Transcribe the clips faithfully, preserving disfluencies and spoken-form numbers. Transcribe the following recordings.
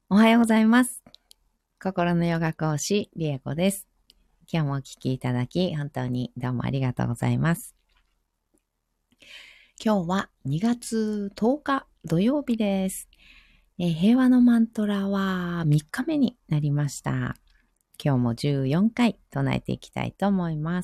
おはようございます。心のヨガ講師、リエコです。今日もお聞きいただき、本当にどうもありがとうございます。今日はにがつとおか土曜日です。えー、平和のマントラはみっかめになりました。今日もじゅうよんかい唱えていきたいと思います。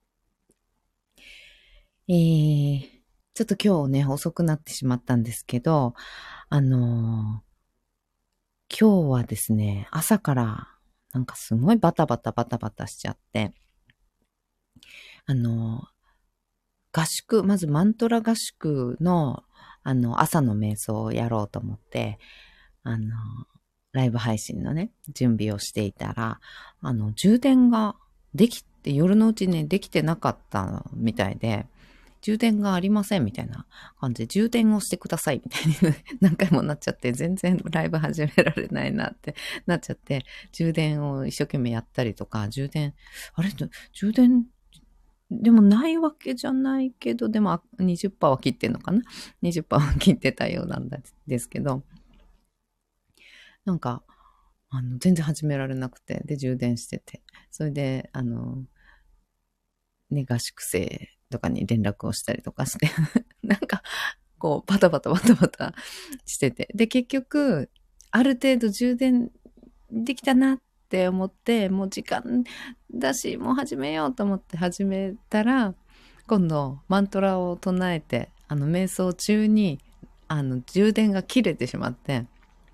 えー、ちょっと今日ね、遅くなってしまったんですけど、あのー今日はですね、朝からなんかすごいバタバタバタバタしちゃって、あの、合宿、まずマントラ合宿の、あの、朝の瞑想をやろうと思って、あの、ライブ配信のね、準備をしていたら、あの、充電ができて、夜のうちね、できてなかったみたいで、充電がありませんみたいな感じで、充電をしてくださいみたいに何回もなっちゃって、全然ライブ始められないなってなっちゃって、充電を一生懸命やったりとか、充電、あれ充電、でもないわけじゃないけど、でもにじゅっパーセントは切ってんのかな ?にじゅっパーセント は切ってたようなんですけど、なんか、あの、全然始められなくて、で、充電してて、それで、あの、ね、合宿生とかに連絡をしたりとかして、なんか、こう、バタバタバタバタしてて。で、結局、ある程度充電できたなって思って、もう時間だし、もう始めようと思って始めたら、今度、マントラを唱えて、あの、瞑想中に、あの、充電が切れてしまって、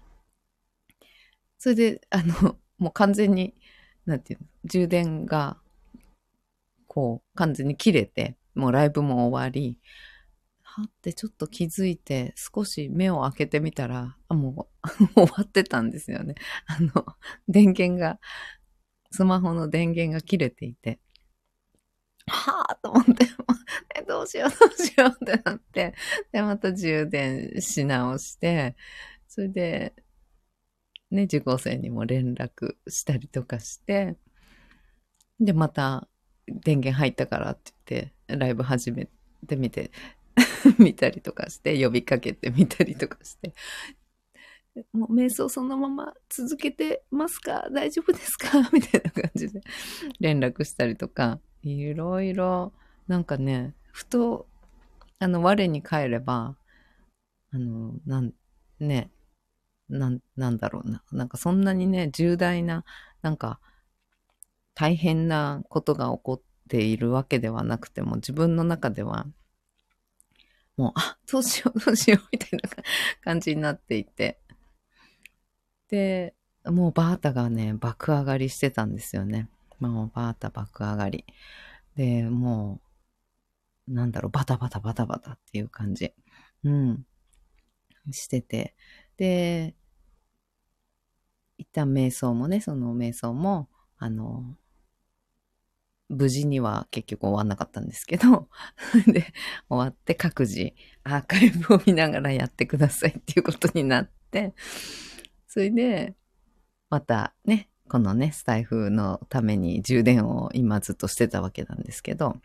それで、あの、もう完全に、なんていうの、充電がこう、完全に切れて、もうライブも終わり、はってちょっと気づいて、少し目を開けてみたら、あ、もう終わってたんですよね。あの、電源が、スマホの電源が切れていて、はぁと思って、え、どうしようどうしようってなって、で、また充電し直して、それで、ね、受講生にも連絡したりとかして、で、また電源入ったからって言って、ライブ始めてみて、見たりとかして、呼びかけてみたりとかして、もう瞑想そのまま続けてますか大丈夫ですかみたいな感じで連絡したりとか、いろいろ、なんかね、ふと、あの、我に返れば、あの、なん、ね、なん、なんだろうな。なんかそんなにね、重大な、なんか大変なことが起こっているわけではなくても、自分の中では、もう、あ、どうしよう、どうしよう、みたいな感じになっていて。で、もうバータがね、爆上がりしてたんですよね。もうバータ爆上がり。で、もう、なんだろう、バタバタバタバタっていう感じ。うん。してて。で、一旦瞑想もね、その瞑想も、あの、無事には結局終わんなかったんですけど、で、終わって各自アーカイブを見ながらやってくださいっていうことになって、それで、またね、このね、スタイフのために充電を今ずっとしてたわけなんですけど、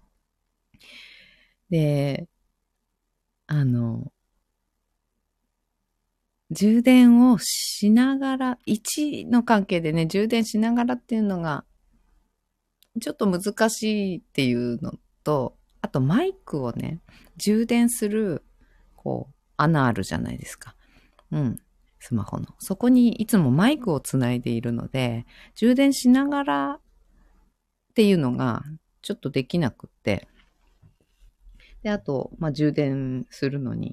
で、あの、充電をしながら、いちの関係でね、充電しながらっていうのが、ちょっと難しいっていうのと、あとマイクをね、充電する、こう、穴あるじゃないですか。うん。スマホの。そこにいつもマイクをつないでいるので、充電しながらっていうのが、ちょっとできなくって。で、あと、まあ、充電するのに、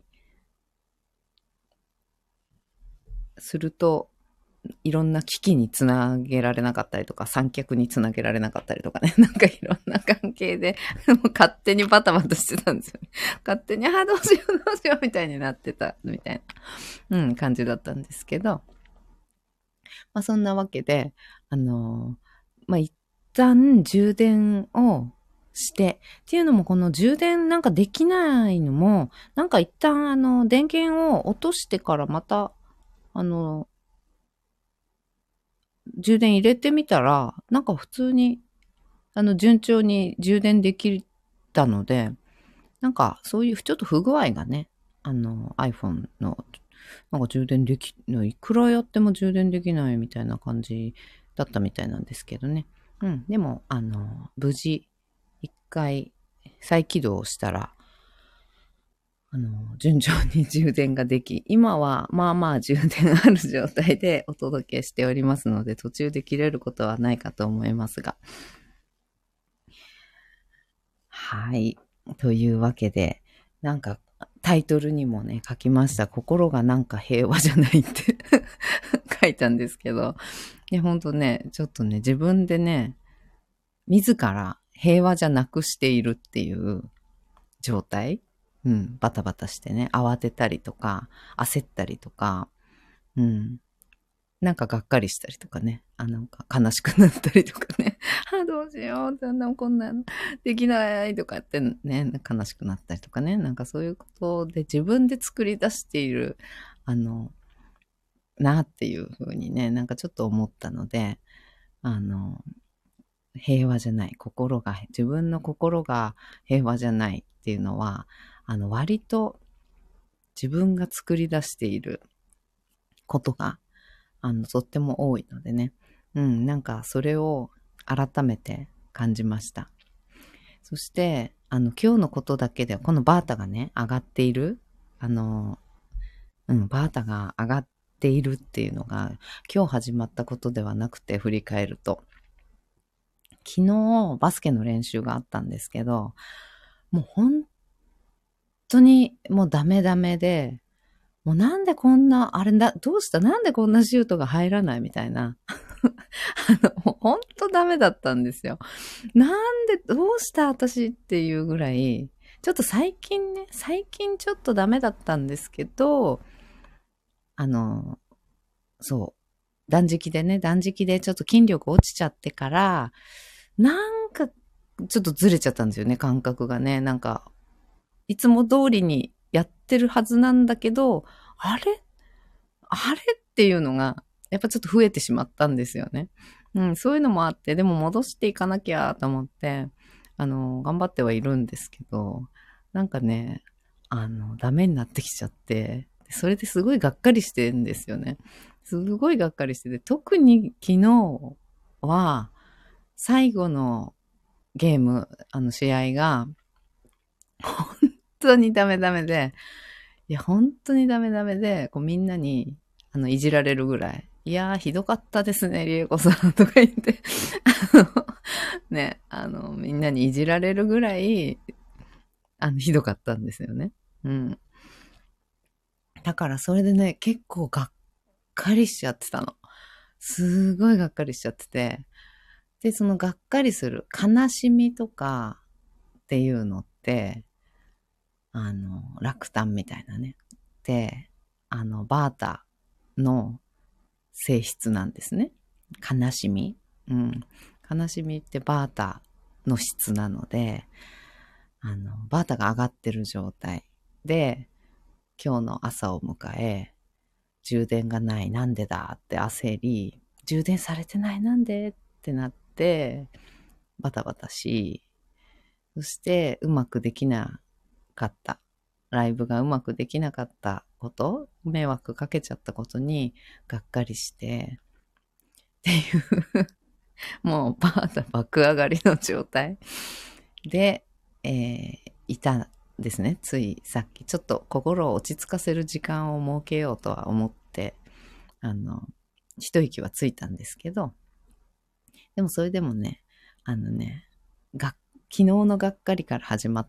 すると、いろんな機器につなげられなかったりとか、三脚につなげられなかったりとかね、なんかいろんな関係で、勝手にバタバタしてたんですよね。勝手に、あ、どうしようどうしようみたいになってた、みたいな、うん、感じだったんですけど、まあそんなわけで、あのー、まあ一旦充電をして、っていうのもこの充電なんかできないのも、なんか一旦あの電源を落としてからまた、あの、充電入れてみたら、なんか普通に、あの順調に充電できたので、なんかそういうちょっと不具合がね、あの iPhone のなんか充電でき、いくらやっても充電できないみたいな感じだったみたいなんですけどね。うん。でも、あの、無事、一回再起動したら、あの、順調に充電ができ、今はまあまあ充電ある状態でお届けしておりますので、途中で切れることはないかと思いますが。はい。というわけで、なんかタイトルにもね、書きました。心がなんか平和じゃないって書いたんですけど、いや、ほんとね、ちょっとね、自分でね、自ら平和じゃなくしているっていう状態、うん、バタバタしてね、慌てたりとか、焦ったりとか、うん、なんかがっかりしたりとかね、あ、なんか悲しくなったりとかね、あ、どうしよう、だんだんこんなんできないとかってね、悲しくなったりとかね、なんかそういうことで自分で作り出している、あの、なっていうふうにね、なんかちょっと思ったので、あの、平和じゃない、心が、自分の心が平和じゃないっていうのは、あの、割と自分が作り出していることが、あの、とっても多いのでね。うん、なんかそれを改めて感じました。そして、あの、今日のことだけで、このバータがね、上がっている、あの、うん、バータが上がっているっていうのが、今日始まったことではなくて、振り返ると。昨日、バスケの練習があったんですけど、もう本当にもうダメダメで、もうなんでこんな、あれだ、どうしたなんでこんなシュートが入らないみたいな。あの、ほんとダメだったんですよ。なんで、どうした私っていうぐらい、ちょっと最近ね、最近ちょっとダメだったんですけど、あの、そう、断食でね、断食でちょっと筋力落ちちゃってから、なんか、ちょっとずれちゃったんですよね、感覚がね。なんか、いつも通りにやってるはずなんだけど、あれあれっていうのが、やっぱちょっと増えてしまったんですよね。うん、そういうのもあって、でも戻していかなきゃと思って、あの、頑張ってはいるんですけど、なんかね、あの、ダメになってきちゃって、それですごいがっかりしてるんですよね。すごいがっかりしてて、特に昨日は、最後のゲーム、あの試合が、本当にダメダメで、いや、本当にダメダメで、こうみんなに、あの、いじられるぐらい。いやー、ひどかったですね、りえこさんとか言って、あの、ね、あの、みんなにいじられるぐらい、あの、ひどかったんですよね。うん。だからそれでね、結構がっかりしちゃってたの。すごいがっかりしちゃってて。で、そのがっかりする悲しみとかっていうのって、あの、落胆みたいなね。で、あの、バータの性質なんですね。悲しみ。うん。悲しみってバータの質なので、あの、バータが上がってる状態で、今日の朝を迎え、充電がない、なんでだって焦り、充電されてない、なんでってなって、バタバタし、そしてうまくできなかった。ライブがうまくできなかったこと、迷惑かけちゃったことにがっかりして、っていうもうバータ爆上がりの状態で、えー、いたんですね。ついさっきちょっと心を落ち着かせる時間を設けようとは思って、あの、一息はついたんですけど、でもそれでもね、あのね、が、昨日のがっかりから始まって、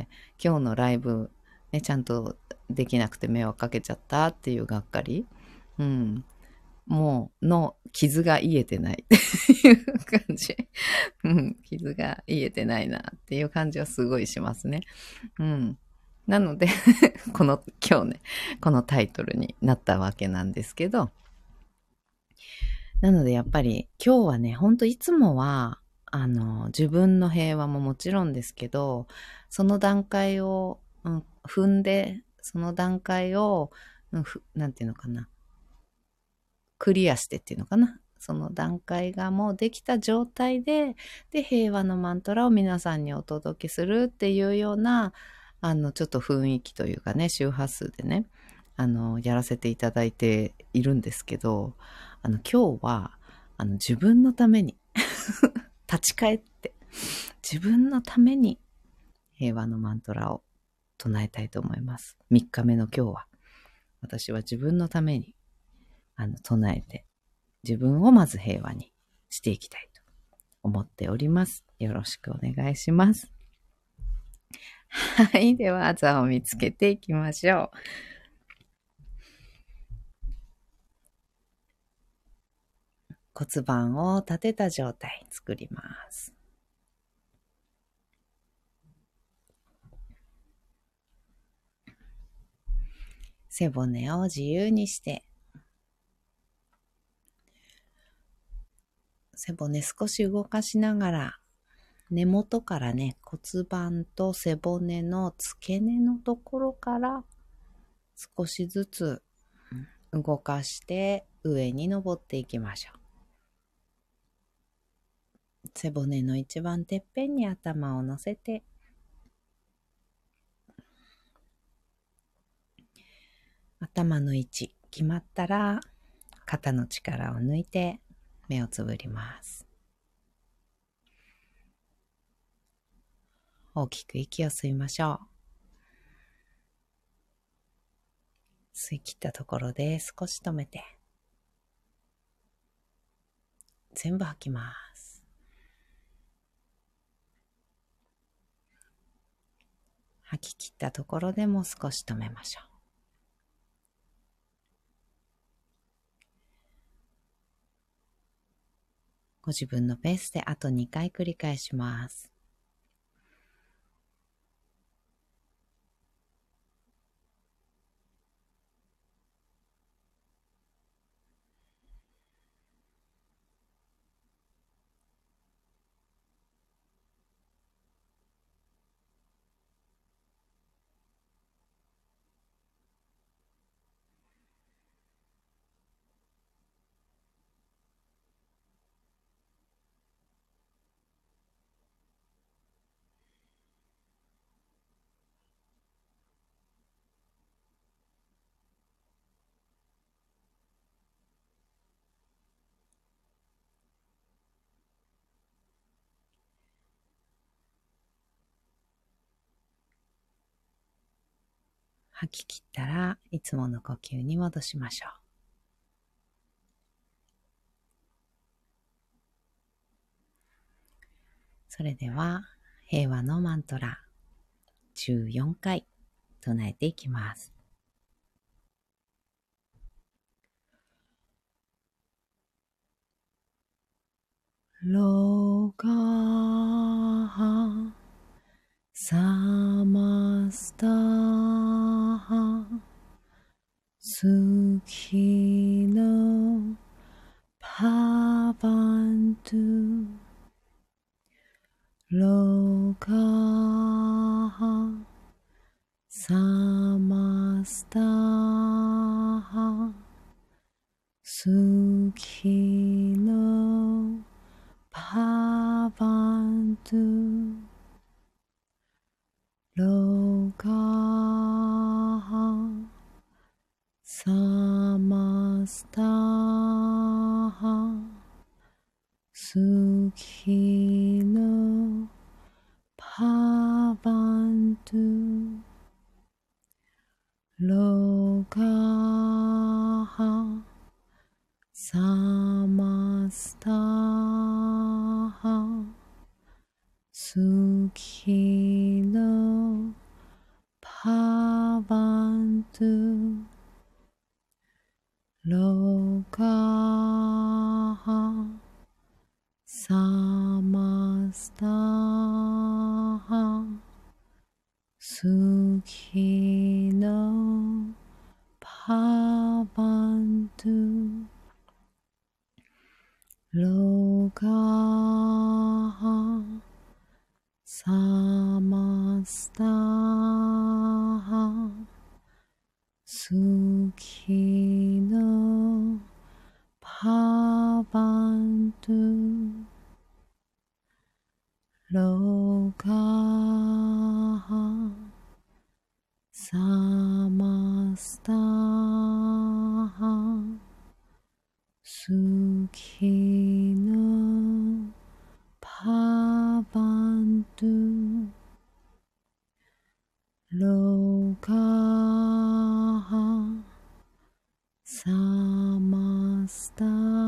今日のライブ、ね、ちゃんとできなくて迷惑かけちゃったっていうがっかり、うん、もう、の傷が癒えてないっていう感じ。うん、傷が癒えてないなっていう感じはすごいしますね。うん。なのでこの、今日ね、このタイトルになったわけなんですけど、なのでやっぱり今日はね、ほんといつもは、あの、自分の平和ももちろんですけど、その段階を、うん、踏んで、その段階を、うん、なんていうのかな、クリアしてっていうのかな。その段階がもうできた状態で、で、平和のマントラを皆さんにお届けするっていうような、あの、ちょっと雰囲気というかね、周波数でね、 あの、やらせていただいているんですけど、あの、今日は、あの、自分のために、立ち返って、自分のために平和のマントラを唱えたいと思います。みっかめの今日は、私は自分のために、あの、唱えて、自分をまず平和にしていきたいと思っております。よろしくお願いします。はい。では、座を見つけていきましょう。骨盤を立てた状態作ります。背骨を自由にして、背骨少し動かしながら、根元からね、骨盤と背骨の付け根のところから少しずつ動かして上に登っていきましょう。背骨の一番てっぺんに頭を乗せて、頭の位置決まったら肩の力を抜いて目をつぶります。大きく息を吸いましょう。吸い切ったところで少し止めて、全部吐きます。吐き切ったところでも少し止めましょう。ご自分のペースであとにかい繰り返します。吐き切ったらいつもの呼吸に戻しましょう。それでは平和のマントラじゅうよんかい唱えていきます。ロガハサマスタハスキノパバントゥロガハサマスタハスキノパバントゥロガハサマスタハスキノパバントゥロガハサマスタハスキノパバントゥロガハサマスタハスキノパバントゥロガハサマスタハスキノ好きのパーバントゥロカハサマスタ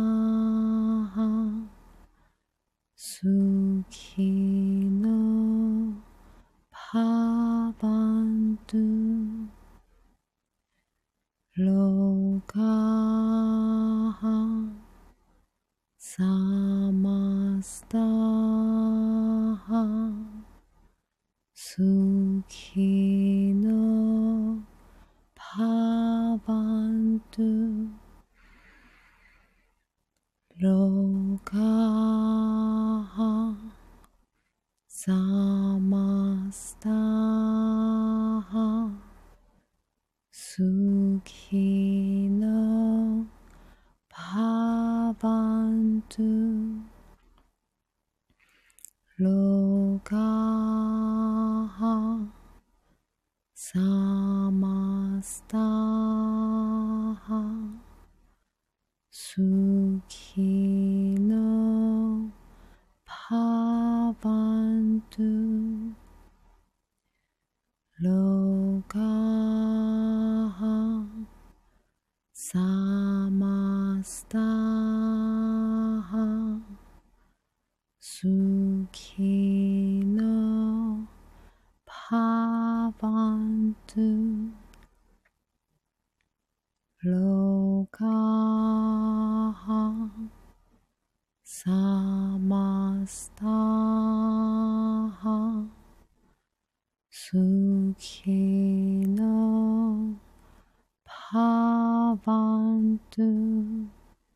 ハ好きのパーバントゥロカハサマスタハ好きのパーバントゥロカハサマスタハ好きのパーバントゥロカハサマスタハ好きのパーバントゥロカハサマスタハ好きのパーバントゥロカハサマスタハ好きのパーバントゥ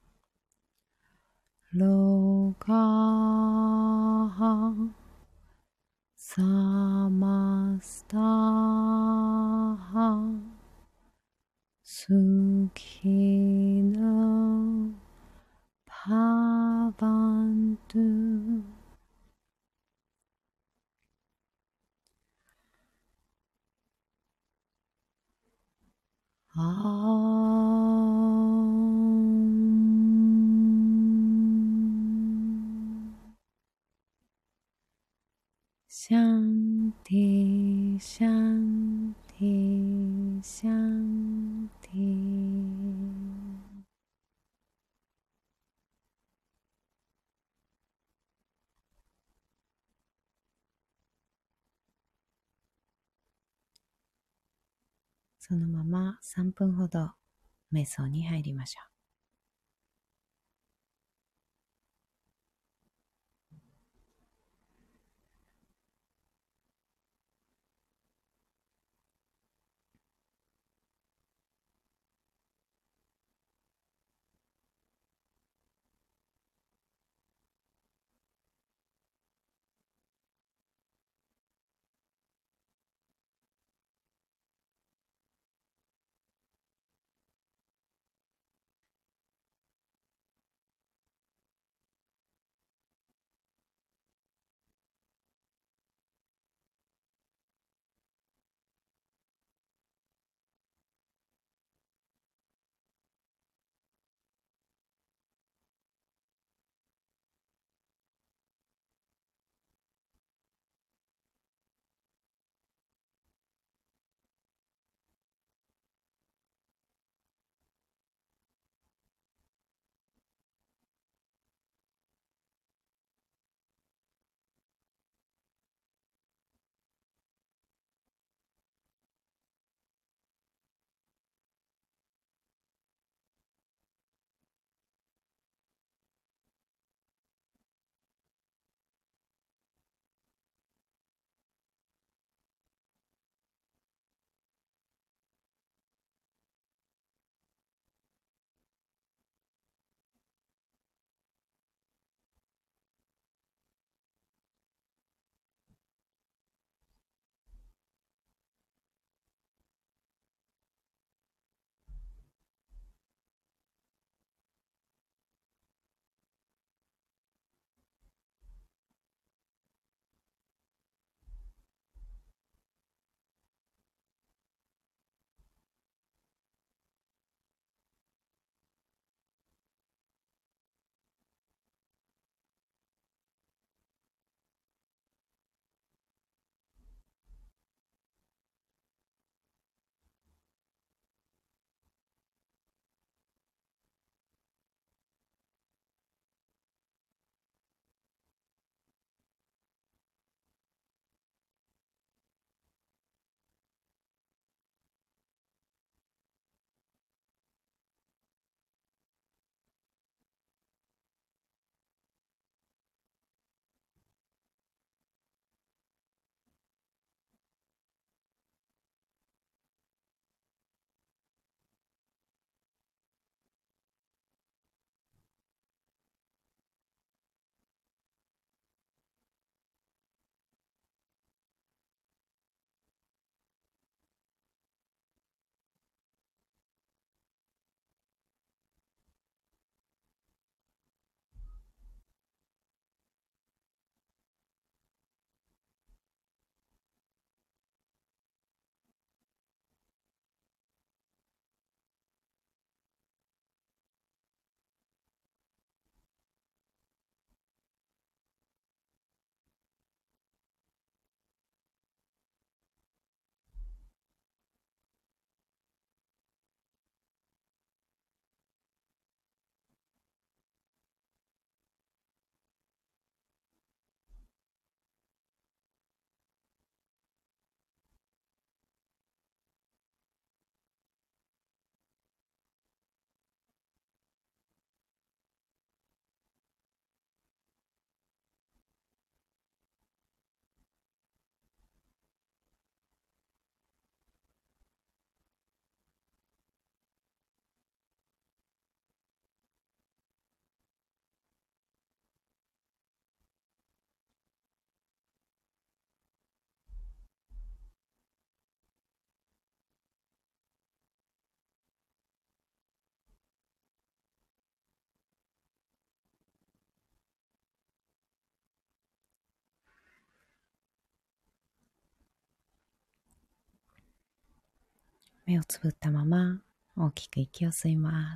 ロカハサマスタハ好きのパーバントゥシャンティシャンティシャンティそのままさんぷんほど瞑想に入りましょう。 目をつぶったまま大きく息を吸います。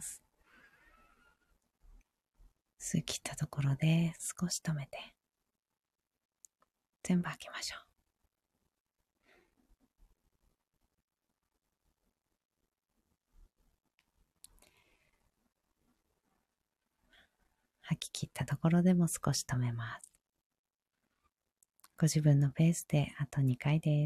吸い切ったところで少し止めて、全部吐きましょう。吐き切ったところでも少し止めます。ご自分のペースであとにかいです。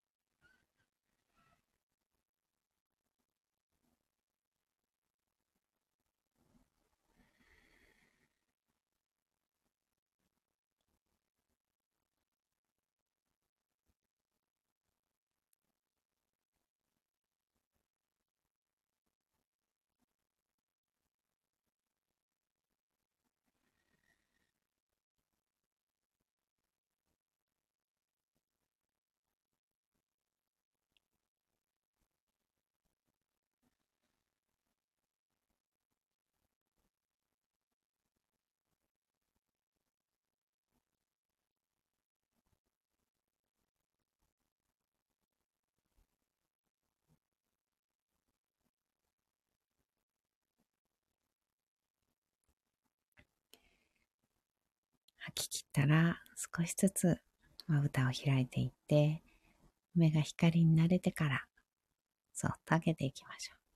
吐き切ったら少しずつまぶたを開いていって、目が光に慣れてからそっと開けていきましょう。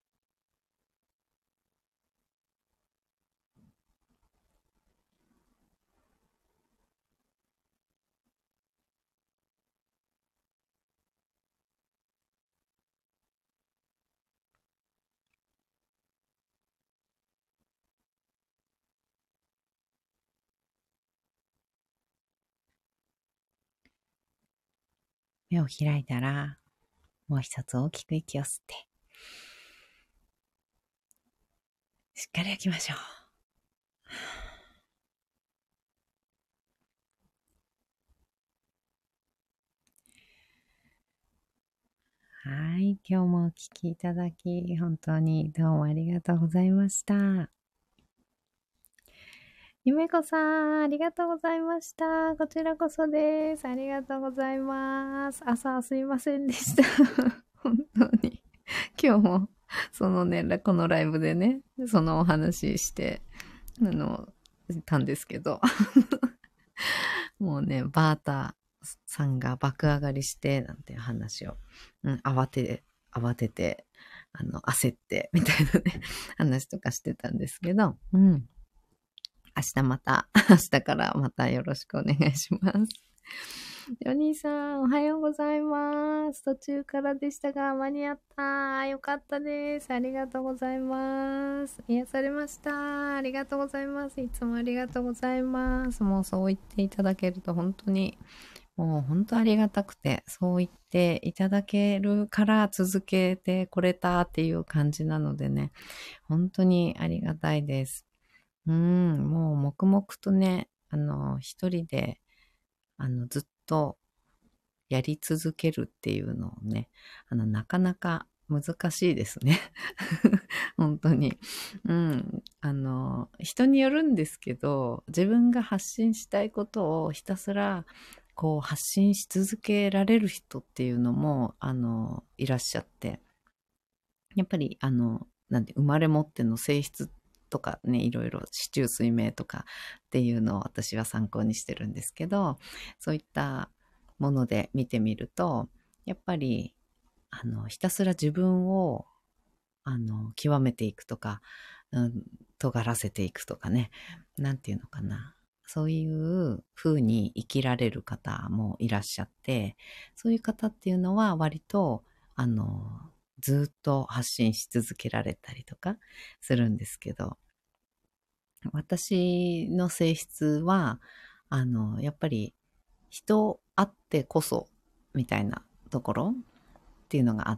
目を開いたらもう一つ大きく息を吸って、しっかり吐きましょう。はい、今日もお聞きいただき本当にどうもありがとうございました。ゆめこさん、ありがとうございました。こちらこそです。ありがとうございます。朝すいませんでした。本当に。今日も、そのね、このライブでね、そのお話しして、あの、たんですけど、もうね、バーターさんが爆上がりして、なんていう話を、うん、慌て、慌てて、あの、焦って、みたいなね、話とかしてたんですけど、うん。明日また、明日からまたよろしくお願いします。ヨニーさん、おはようございます。途中からでしたが、間に合った。よかったです。ありがとうございます。癒されました。ありがとうございます。いつもありがとうございます。もうそう言っていただけると本当に、もう本当ありがたくて、そう言っていただけるから続けてこれたっていう感じなのでね、本当にありがたいです。うん、もう黙々とね、あの、一人で、あの、ずっとやり続けるっていうのをね、あの、なかなか難しいですね。本当に。うん。あの、人によるんですけど、自分が発信したいことをひたすら、こう、発信し続けられる人っていうのも、あの、いらっしゃって、やっぱり、あの、なんて、生まれ持っての性質とかね、いろいろ、四柱推命とかっていうのを私は参考にしてるんですけど、そういったもので見てみると、やっぱり、あの、ひたすら自分を、あの、極めていくとか、うん、尖らせていくとかね、なんていうのかな。そういう風に生きられる方もいらっしゃって、そういう方っていうのは割と、あの、ずっと発信し続けられたりとかするんですけど、私の性質は、あの、やっぱり人あってこそみたいなところっていうのがあって、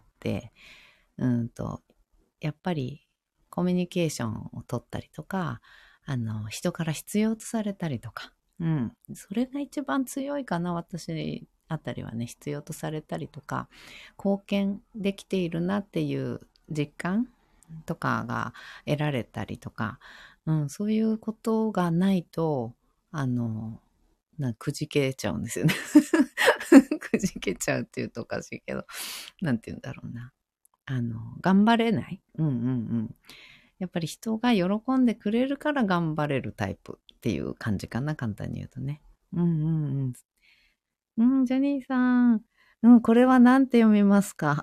うんと、やっぱりコミュニケーションを取ったりとか、あの、人から必要とされたりとか、うん。それが一番強いかな、私あたりはね、必要とされたりとか、貢献できているなっていう実感とかが得られたりとか、うん、そういうことがないと、あの、なくじけちゃうんですよね。くじけちゃうって言うとおかしいけど、なんて言うんだろうな。 あの、頑張れない。うんうんうん。やっぱり人が喜んでくれるから頑張れるタイプっていう感じかな、簡単に言うとね。うんうんうん。うん、ジャニーさん。うん、これは何て読みますか？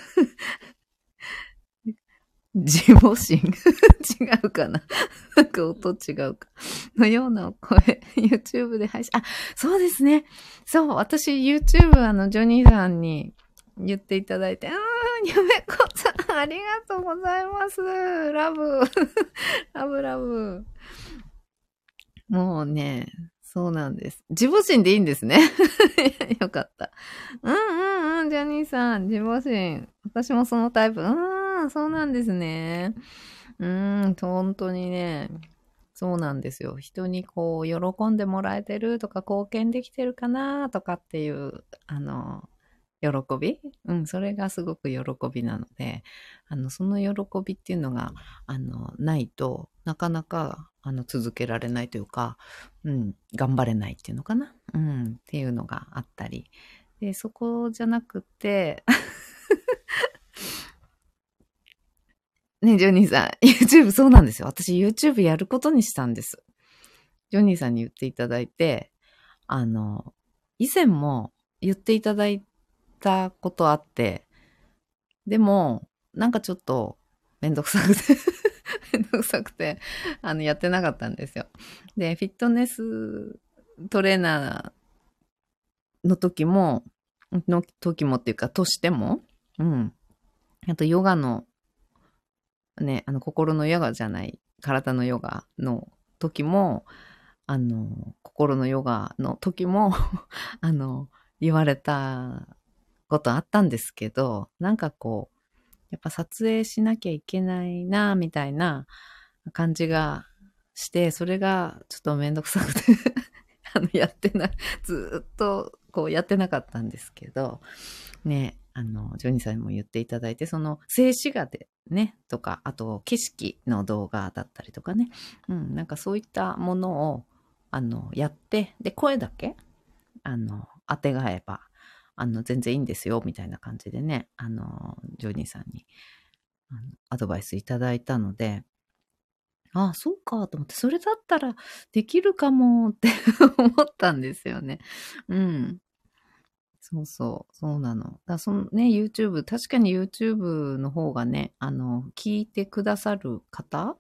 自母心違うかな。なんか音違うか。のようなお声、YouTube で配信。あ、そうですね。そう、私 YouTube あの、ジョニーさんに言っていただいて、あー、ゆめこさん、ありがとうございます。ラブ。ラブラブ。もうね、そうなんです。自母心でいいんですね。よかった。うんうんうん、ジャニーさん、自母心。私もそのタイプ。うーん、そうなんですね。うーん、本当にね、そうなんですよ。人にこう、喜んでもらえてるとか、貢献できてるかなとかっていう、あの、喜びうん、それがすごく喜びなので、あの、その喜びっていうのが、あの、ないとなかなか、あの、続けられないというか、うん、頑張れないっていうのかなうん、っていうのがあったり。で、そこじゃなくて、ね、ジョニーさん、YouTube そうなんですよ。私 YouTube やることにしたんです。ジョニーさんに言っていただいて、あの、以前も言っていただいたことあって、でも、なんかちょっとめんどくさくてめんどくさくて、あの、やってなかったんですよ。で、フィットネストレーナーの時も、の時もっていうか、としても、うん。あと、ヨガの、ね、あの、心のヨガじゃない、体のヨガの時も、あの、心のヨガの時もあの、言われたことあったんですけど、なんかこう、やっぱ撮影しなきゃいけないな、みたいな感じがして、それがちょっとめんどくさくてあの、やってない、ずっとこうやってなかったんですけど、ね、あの、ジョニーさんにも言っていただいて、その静止画でね、とか、あと景色の動画だったりとかね、うん、なんかそういったものを、あの、やって、で、声だけ、あの、当てがえば、あの、全然いいんですよ、みたいな感じでね、あの、ジョニーさんに、あのアドバイスいただいたので、ああ、そうかと思って、それだったらできるかもって思ったんですよね。うん。そうそう、そうなの。だそのね、YouTube、確かに YouTube の方がね、あの、聞いてくださる方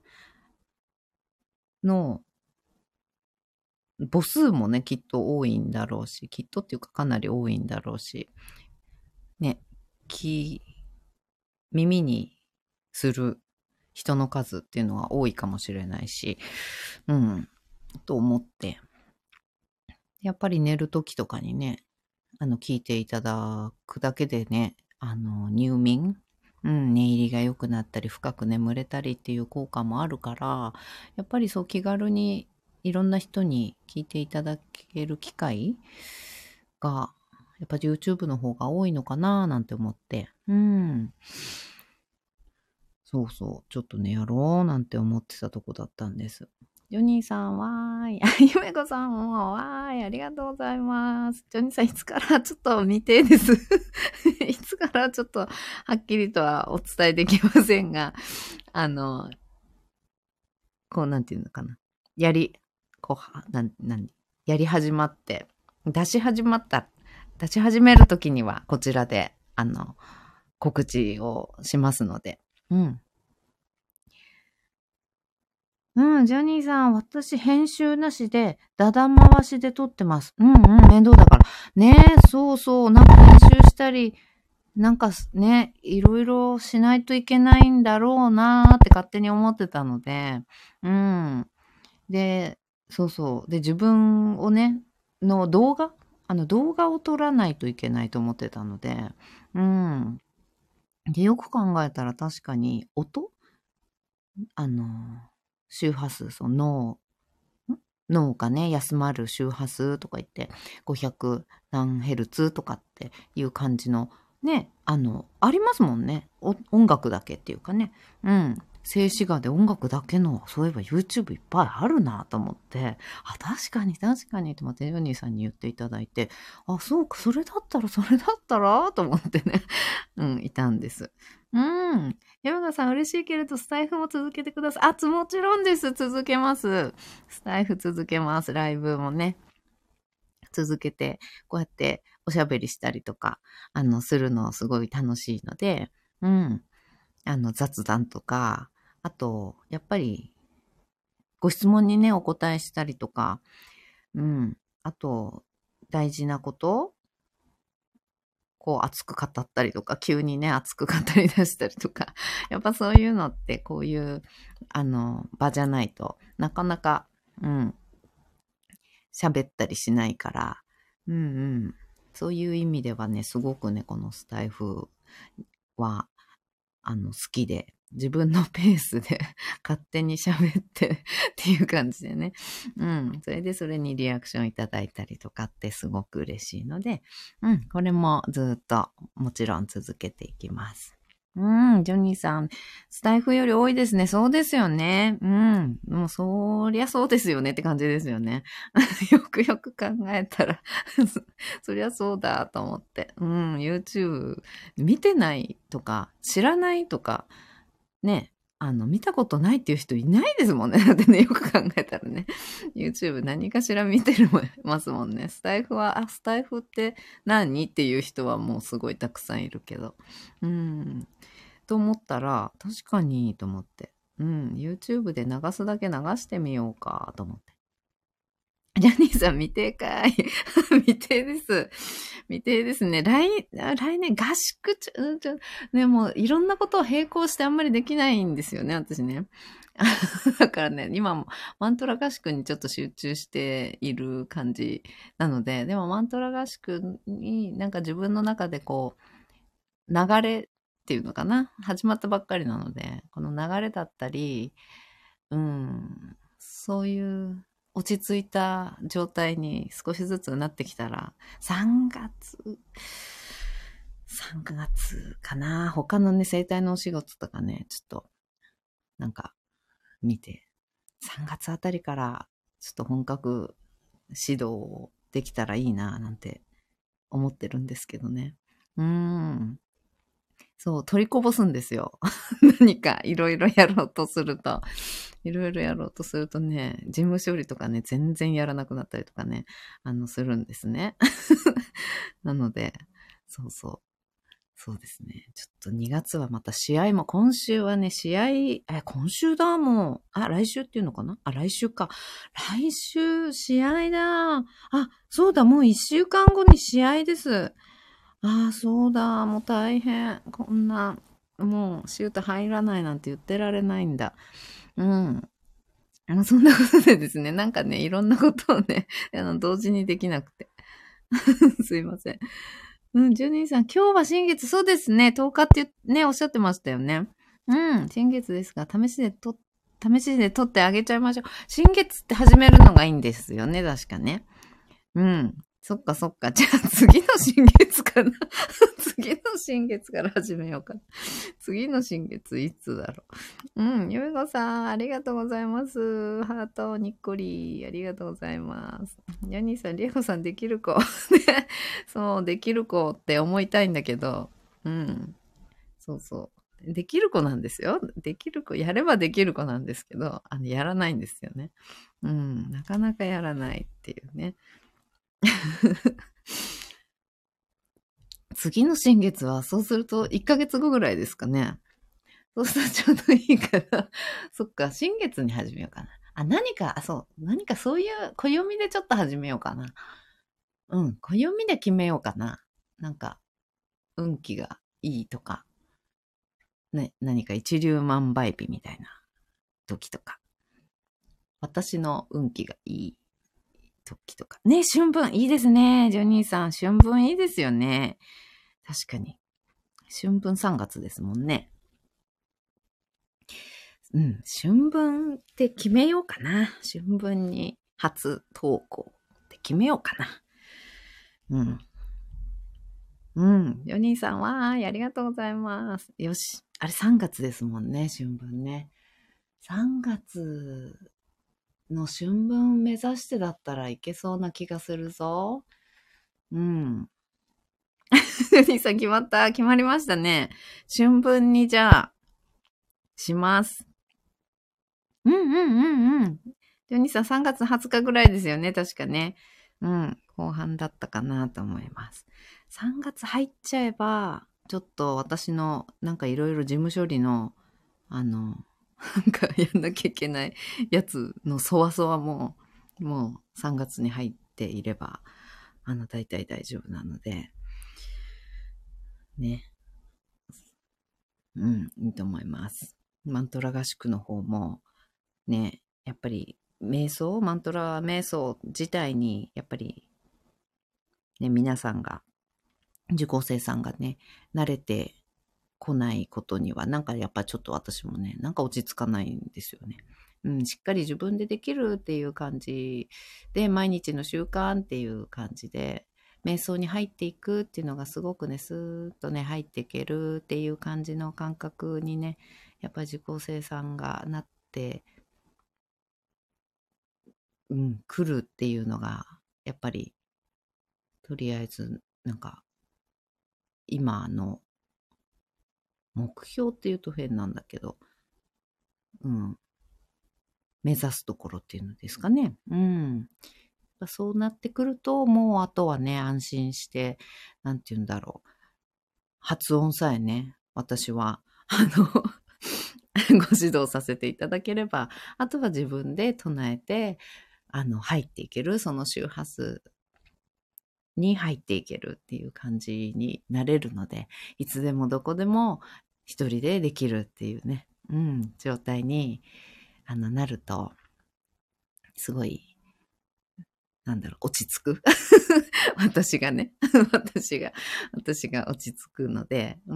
の母数もね、きっと多いんだろうし、きっとっていうかかなり多いんだろうし、ね、き、耳にする人の数っていうのは多いかもしれないし、うん、と思って、やっぱり寝るときとかにね、あの、聞いていただくだけでね、あの、入眠、うん、寝入りが良くなったり、深く眠れたりっていう効果もあるから、やっぱりそう気軽にいろんな人に聞いていただける機会が、やっぱ YouTube の方が多いのかななんて思って、うん。そうそう、ちょっとね、やろうなんて思ってたとこだったんです。ジョニーさん、わーい。あ、ゆめこさんも、わーい。ありがとうございます。ジョニーさん、いつからちょっと未定です。いつからちょっとはっきりとはお伝えできませんが、あの、こう、なんていうのかな。やり、こう、はなん、なん、やり始まって、出し始まった、出し始めるときには、こちらで、あの、告知をしますので、うん。うん、ジャニーさん、私編集なしで、だだ回しで撮ってます。うんうん、面倒だから。ねえ、そうそう、なんか編集したり、なんかね、いろいろしないといけないんだろうなーって勝手に思ってたので、うん。で、そうそう。で、自分をね、の動画あの動画を撮らないといけないと思ってたので、うん。で、よく考えたら確かに音あの、周波数、その脳、脳がね、休まる周波数とか言って、ごひゃく何ヘルツとかっていう感じの、ね、あの、ありますもんね。お音楽だけっていうかね。うん。静止画で音楽だけの、そういえば YouTube いっぱいあるなと思って、あ、確かに確かにと思って、ヨニーさんに言っていただいて、あ、そうか、それだったら、それだったら、と思ってね、うん、いたんです。 うん。山田さん嬉しいけれど、スタイフも続けてください。あ、つもちろんです。続けます。スタイフ続けます。ライブもね、続けて、こうやっておしゃべりしたりとか、あの、するのすごい楽しいので、うん。あの、雑談とか、あと、やっぱり、ご質問にね、お答えしたりとか、うん。あと、大事なことこう熱く語ったりとか、急にね、熱く語り出したりとか、やっぱそういうのってこういう、あの、場じゃないとなかなか、うん、喋ったりしないから、うんうん。そういう意味ではね、すごくね、このスタイフは、あの、好きで、自分のペースで勝手に喋ってっていう感じでね。うん。それでそれにリアクションいただいたりとかってすごく嬉しいので、うん。これもずっともちろん続けていきます。うん、ジョニーさん、スタイフより多いですね。そうですよね。うん。もう、そりゃそうですよねって感じですよね。よくよく考えたらそ、そりゃそうだと思って。うん、YouTube 見てないとか、知らないとか、ね、あの、見たことないっていう人いないですもんね。だってね、よく考えたらね。YouTube 何かしら見てるますもんね。スタイフは、あ、スタイフって何っていう人はもうすごいたくさんいるけど。うん。と思ったら、確かにと思って。うん。YouTube で流すだけ流してみようかと思って。ジャニーさん未定かい。未定です。未定ですね。来、来年合宿ちょ、ちょ、ね、もういろんなことを並行してあんまりできないんですよね、私ね。だからね、今もマントラ合宿にちょっと集中している感じなので、でもマントラ合宿になんか自分の中でこう、流れっていうのかな始まったばっかりなので、この流れだったり、うん、そういう落ち着いた状態に少しずつなってきたら、さんがつ、さんがつかな他のね、生態のお仕事とかね、ちょっと、なんか、見て、さんがつあたりから、ちょっと本格指導できたらいいな、なんて思ってるんですけどね。うーん。そう、取りこぼすんですよ。何かいろいろやろうとすると。いろいろやろうとするとね、事務処理とかね、全然やらなくなったりとかね、あの、するんですね。なので、そうそう。そうですね。ちょっとにがつはまた試合も、今週はね、試合、え、今週だ、もう。あ、来週っていうのかなあ、来週か。来週、試合だ。あ、そうだ、もういっしゅうかんごに試合です。ああ、そうだ。もう大変。こんな、もうシュート入らないなんて言ってられないんだ。うん。あのそんなことでですね、なんかね、いろんなことをね、あの、同時にできなくて。すいません。うん、ジュニーさん、今日は新月、そうですね、とおかってね、おっしゃってましたよね。うん、新月ですが、試しでと、試しで撮ってあげちゃいましょう。新月って始めるのがいいんですよね、確かね。うん。そっかそっか。じゃあ次の新月かな次の新月から始めようかな。次の新月いつだろう。うん。ゆめこさん、ありがとうございます。ハート、にっこり。ありがとうございます。ヤニーさん、リエコさんできる子。ねそう、できる子って思いたいんだけど。うん。そうそう。できる子なんですよ。できる子、やればできる子なんですけど、あの、やらないんですよね。うん。なかなかやらないっていうね。次の新月は、そうするといっかげつごぐらいですかね。そうするとちょうどいいから。そっか、新月に始めようかな。あ、何か、あ、そう、何かそういう暦でちょっと始めようかな。うん、暦で決めようかな。なんか、運気がいいとか、ね、何か一粒万倍日みたいな時とか、私の運気がいい時とか。ね、春分いいですね。ジョニーさん、春分いいですよね。確かに。春分さんがつですもんね。うん、春分って決めようかな。春分に初投稿って決めようかな。うん。うん。ヨニーさんは、ありがとうございます。よし。あれさんがつですもんね、春分ね。さんがつの春分目指してだったらいけそうな気がするぞ。うん。 ジョニーさん決まった。決まりましたね。春分にじゃあ、します。うんうんうんうん。ジョニーさんさんがつはつかぐらいですよね、確かね。うん、後半だったかなと思います。さんがつ入っちゃえば、ちょっと私のなんかいろいろ事務処理の、あの、なんかやんなきゃいけないやつのそわそわも、もうさんがつに入っていれば、あの、大体大丈夫なので、ね。うん、いいと思います。マントラ合宿の方も、ね、やっぱり、瞑想、マントラ瞑想自体に、やっぱり、ね、皆さんが、受講生さんがね、慣れてこないことには、なんかやっぱちょっと私もね、なんか落ち着かないんですよね。うん、しっかり自分でできるっていう感じで、毎日の習慣っていう感じで、瞑想に入っていくっていうのがすごくね、スーッとね、入っていけるっていう感じの感覚にね、やっぱり受講生さんがなって、うん、来るっていうのが、やっぱり、とりあえず、なんか、今の目標っていうと変なんだけど、うん、目指すところっていうのですかね。うん。そうなってくると、もうあとはね、安心して、なんて言うんだろう。発音さえね、私は、あの、ご指導させていただければ、あとは自分で唱えて、あの、入っていける、その周波数に入っていけるっていう感じになれるので、いつでもどこでも一人でできるっていうね、うん、状態に、あの、なると、すごい、なんだろう、落ち着く。私がね、私が、私が落ち着くので、うん。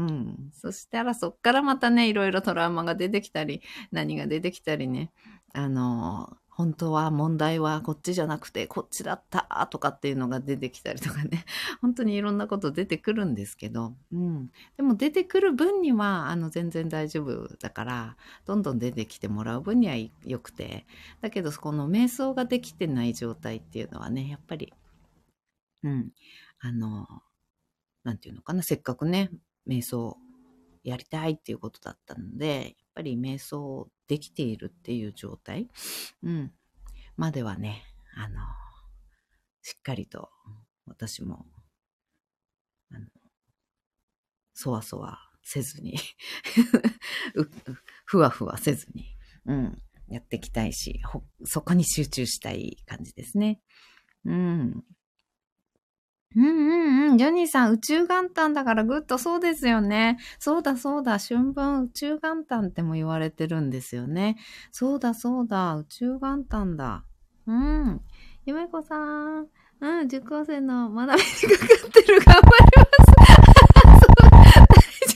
そしたらそっからまたね、いろいろトラウマが出てきたり、何が出てきたりね、あの、本当は問題はこっちじゃなくてこっちだったとかっていうのが出てきたりとかね、本当にいろんなこと出てくるんですけど、うん。でも出てくる分には、あの、全然大丈夫だから、どんどん出てきてもらう分には良くて、だけど、この瞑想ができてない状態っていうのはね、やっぱり、うん、あの、なんていうのかな、せっかくね、瞑想やりたいっていうことだったので、やっぱり瞑想できているっていう状態、うん、まではね、あの、しっかりと私も、あの、そわそわせずにうふわふわせずに、うん、やっていきたいし、そこに集中したい感じですね。うん。うんうんうん。ジョニーさん、宇宙元旦だからグッドそうですよね。そうだそうだ。春分宇宙元旦っても言われてるんですよね。そうだそうだ。宇宙元旦だ。うん。ゆめこさん。うん。受講生の学びにかかってる。頑張ります。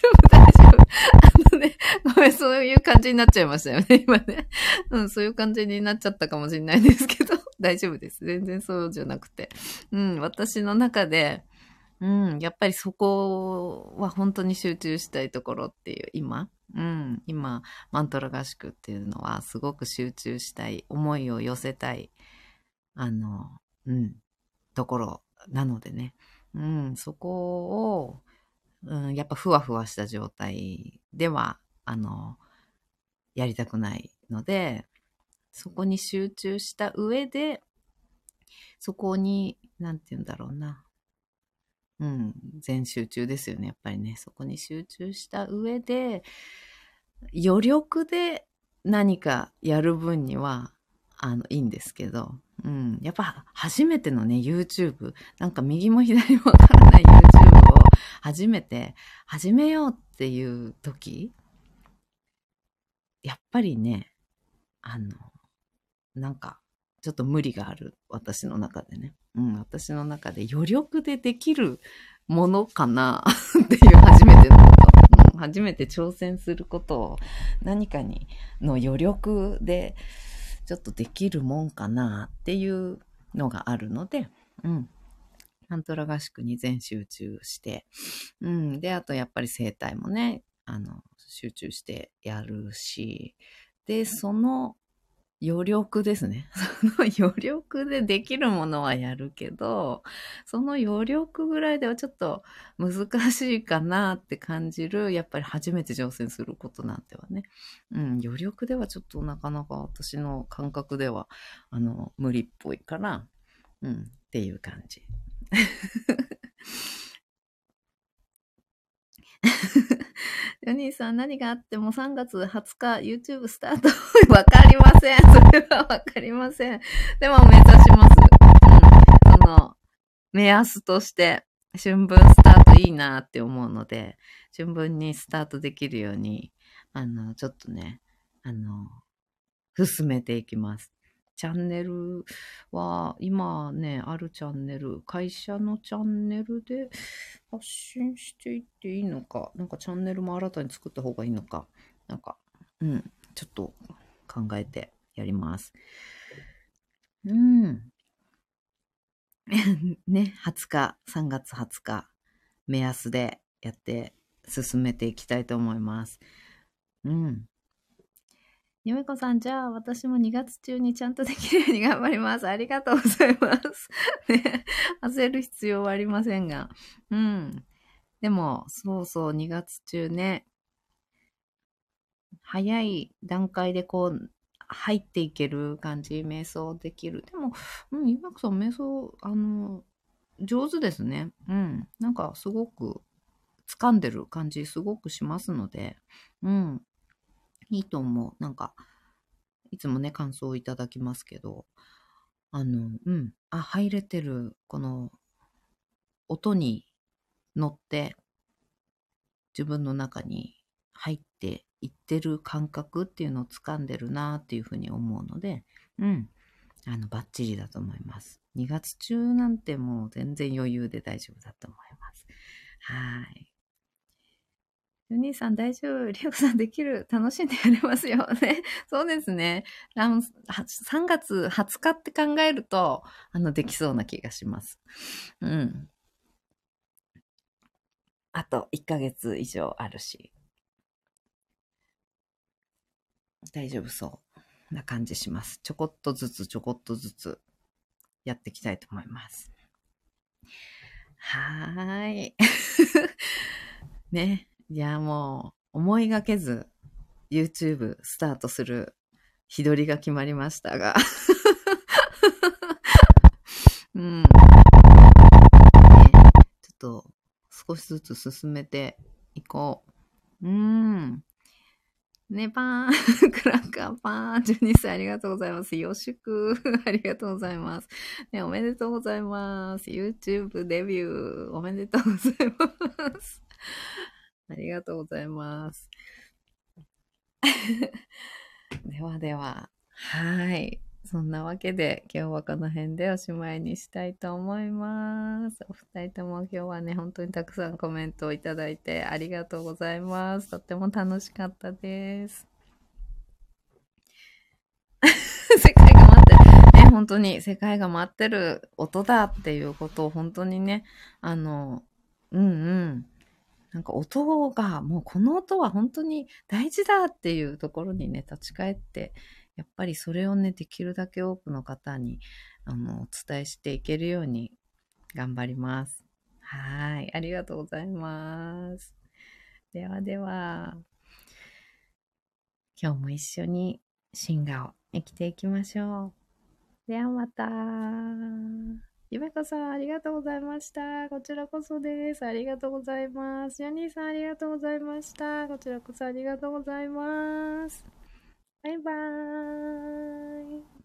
そう大丈夫、大丈夫。あのね、ごめん、そういう感じになっちゃいましたよね、今ね。うん、そういう感じになっちゃったかもしれないですけど、大丈夫です。全然そうじゃなくて。うん、私の中で、うん、やっぱりそこは本当に集中したいところっていう、今、うん、今、マントラ合宿っていうのはすごく集中したい、思いを寄せたい、あの、うん、ところなのでね、うん、そこを、うん、やっぱふわふわした状態では、あの、やりたくないので、そこに集中した上で、そこに、なんて言うんだろうな。うん、全集中ですよね、やっぱりね。そこに集中した上で、余力で何かやる分には、あの、いいんですけど、うん、やっぱ初めてのね、YouTube、なんか右も左もわからない YouTube を初めて始めようっていう時、やっぱりね、あの、なんか、ちょっと無理がある。私の中でね。うん、私の中で余力でできるものかなっていう初めてのこと。うん、初めて挑戦することを何かにの余力でちょっとできるもんかなっていうのがあるので、うん。マントラ合宿に全集中して、うん。で、あとやっぱり整体もね、あの、集中してやるし、で、その余力ですね。その余力でできるものはやるけど、その余力ぐらいではちょっと難しいかなって感じる、やっぱり初めて挑戦することなんてはね。うん、余力ではちょっとなかなか私の感覚では、あの、無理っぽいから、うん、っていう感じ。ヨニーさん、何があってもさんがつはつか YouTube スタートわかりません。それはわかりません。でも目指します。うん。その、目安として、春分スタートいいなって思うので、春分にスタートできるように、あの、ちょっとね、あの、進めていきます。チャンネルは、今ね、あるチャンネル、会社のチャンネルで発信していっていいのか、なんかチャンネルも新たに作った方がいいのか、なんか、うん、ちょっと考えてやります。うん。ね、はつか、さんがつはつか、目安でやって進めていきたいと思います。うん。ゆめこさん、じゃあ私もにがつ中にちゃんとできるように頑張ります。ありがとうございます。ね、焦る必要はありませんが。うん。でも、そうそう、にがつ中ね、早い段階でこう、入っていける感じ、瞑想できる。でも、うん、ゆめこさん、瞑想、あの、上手ですね。うん。なんか、すごく、掴んでる感じ、すごくしますので、うん。いいと思う。なんか、いつもね、感想をいただきますけど、あの、うん。あ、入れてる、この、音に乗って、自分の中に入っていってる感覚っていうのを掴んでるなっていうふうに思うので、うん。あの、バッチリだと思います。にがつ中なんてもう全然余裕で大丈夫だと思います。はい。お兄さん大丈夫。リオさんできる。楽しんでやれますよね。そうですね。あの、さんがつはつかって考えると、あの、できそうな気がします。うん。あといっかげつ以上あるし、大丈夫そうな感じします。ちょこっとずつちょこっとずつやっていきたいと思います。はーい。ね。いや、もう、思いがけず YouTube スタートする日取りが決まりましたが。うん。ね、ちょっと少しずつ進めていこう。うん。ね、パーン、クラッカーパーン、じゅうにさいありがとうございます。よしく、ありがとうございます。ね、おめでとうございます。YouTube デビュー、おめでとうございます。ありがとうございます。ではでは、はい。そんなわけで、今日はこの辺でおしまいにしたいと思います。お二人とも今日はね、本当にたくさんコメントをいただいてありがとうございます。とっても楽しかったです。世界が待ってる。ね、本当に世界が待ってる音だっていうことを本当にね、あの、うんうん。なんか音が、もうこの音は本当に大事だっていうところにね、立ち返って、やっぱりそれをね、できるだけ多くの方に、あの、お伝えしていけるように頑張ります。はい。ありがとうございます。ではでは、今日も一緒に進化を生きていきましょう。ではまた。ゆめこさん、ありがとうございました。こちらこそです。ありがとうございます。ヨニーさん、ありがとうございました。こちらこそありがとうございます。バイバーイ。